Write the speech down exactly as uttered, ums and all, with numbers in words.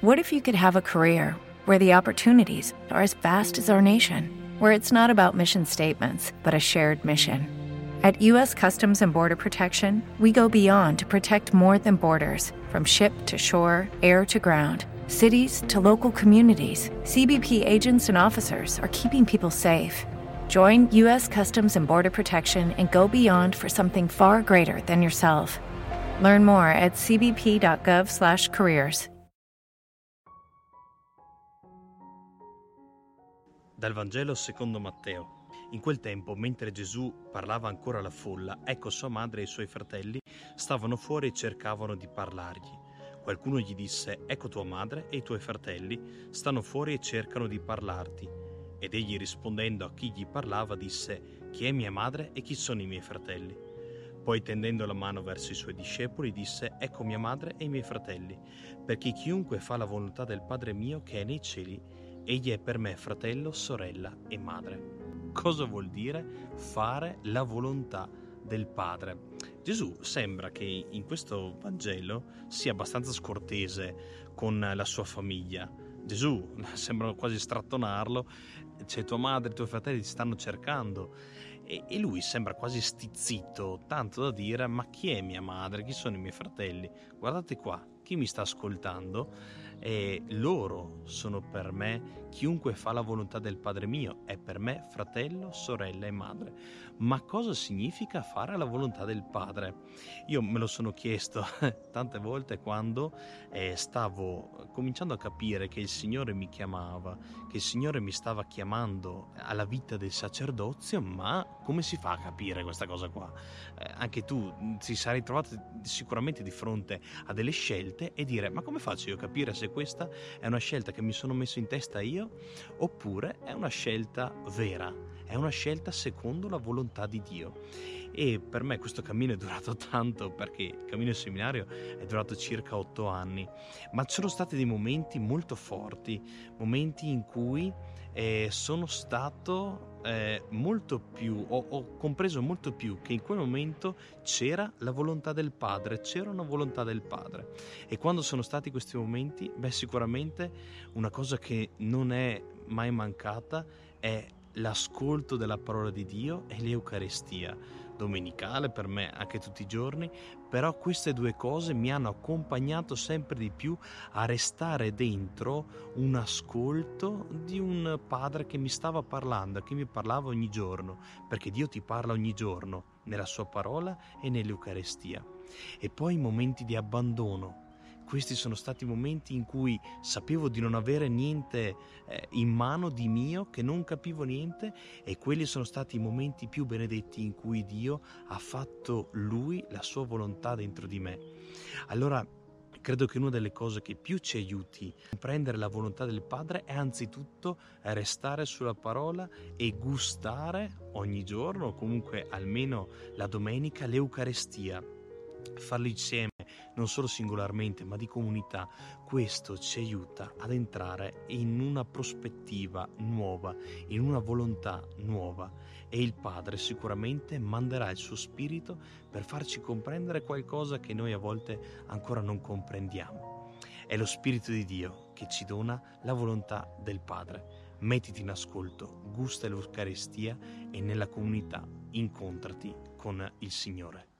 What if you could have a career where the opportunities are as vast as our nation, where it's not about mission statements, but a shared mission? At U S Customs and Border Protection, we go beyond to protect more than borders. From ship to shore, air to ground, cities to local communities, C B P agents and officers are keeping people safe. Join U S Customs and Border Protection and go beyond for something far greater than yourself. Learn more at c b p dot gov slash careers. Dal Vangelo secondo Matteo. In quel tempo, mentre Gesù parlava ancora alla folla, ecco sua madre e i suoi fratelli stavano fuori e cercavano di parlargli. Qualcuno gli disse: ecco tua madre e i tuoi fratelli stanno fuori e cercano di parlarti. Ed egli, rispondendo a chi gli parlava, disse: chi è mia madre e chi sono i miei fratelli? Poi, tendendo la mano verso i suoi discepoli, disse: ecco mia madre e i miei fratelli, perché chiunque fa la volontà del Padre mio che è nei cieli, egli è per me fratello, sorella e madre. Cosa vuol dire fare la volontà del Padre? Gesù sembra che in questo Vangelo sia abbastanza scortese con la sua famiglia. Gesù sembra quasi strattonarlo: c'è tua madre, i tuoi fratelli ti stanno cercando, e, e lui sembra quasi stizzito, tanto da dire: ma chi è mia madre, chi sono i miei fratelli? Guardate qua, chi mi sta ascoltando? E loro sono per me, chiunque fa la volontà del Padre mio è per me fratello, sorella e madre. Ma cosa significa fare la volontà del Padre? Io me lo sono chiesto tante volte quando eh, stavo cominciando a capire che il Signore mi chiamava, che il Signore mi stava chiamando alla vita del sacerdozio. Ma come si fa a capire questa cosa qua? Eh, anche tu ti sarai trovato sicuramente di fronte a delle scelte e dire: ma come faccio io a capire se questa è una scelta che mi sono messo in testa io, oppure è una scelta vera, è una scelta secondo la volontà di Dio? E per me questo cammino è durato tanto, perché il cammino seminario è durato circa otto anni, ma ci sono stati dei momenti molto forti, momenti in cui eh, sono stato eh, molto più, ho, ho compreso molto più che in quel momento c'era la volontà del Padre, c'era una volontà del Padre. E quando sono stati questi momenti, beh, sicuramente una cosa che non è mai mancata è l'ascolto della parola di Dio e l'Eucaristia domenicale, per me anche tutti i giorni. Però queste due cose mi hanno accompagnato sempre di più a restare dentro un ascolto di un Padre che mi stava parlando, che mi parlava ogni giorno, perché Dio ti parla ogni giorno nella sua parola e nell'Eucaristia. E poi i momenti di abbandono. Questi sono stati momenti in cui sapevo di non avere niente eh, in mano di mio, che non capivo niente, e quelli sono stati i momenti più benedetti in cui Dio ha fatto Lui la sua volontà dentro di me. Allora, credo che una delle cose che più ci aiuti a comprendere la volontà del Padre è anzitutto restare sulla parola e gustare ogni giorno, o comunque almeno la domenica, l'Eucaristia. Farlo insieme, non solo singolarmente, ma di comunità. Questo ci aiuta ad entrare in una prospettiva nuova, in una volontà nuova, e il Padre sicuramente manderà il suo Spirito per farci comprendere qualcosa che noi a volte ancora non comprendiamo. È lo Spirito di Dio che ci dona la volontà del Padre. Mettiti in ascolto, gusta l'Eucaristia e nella comunità incontrati con il Signore.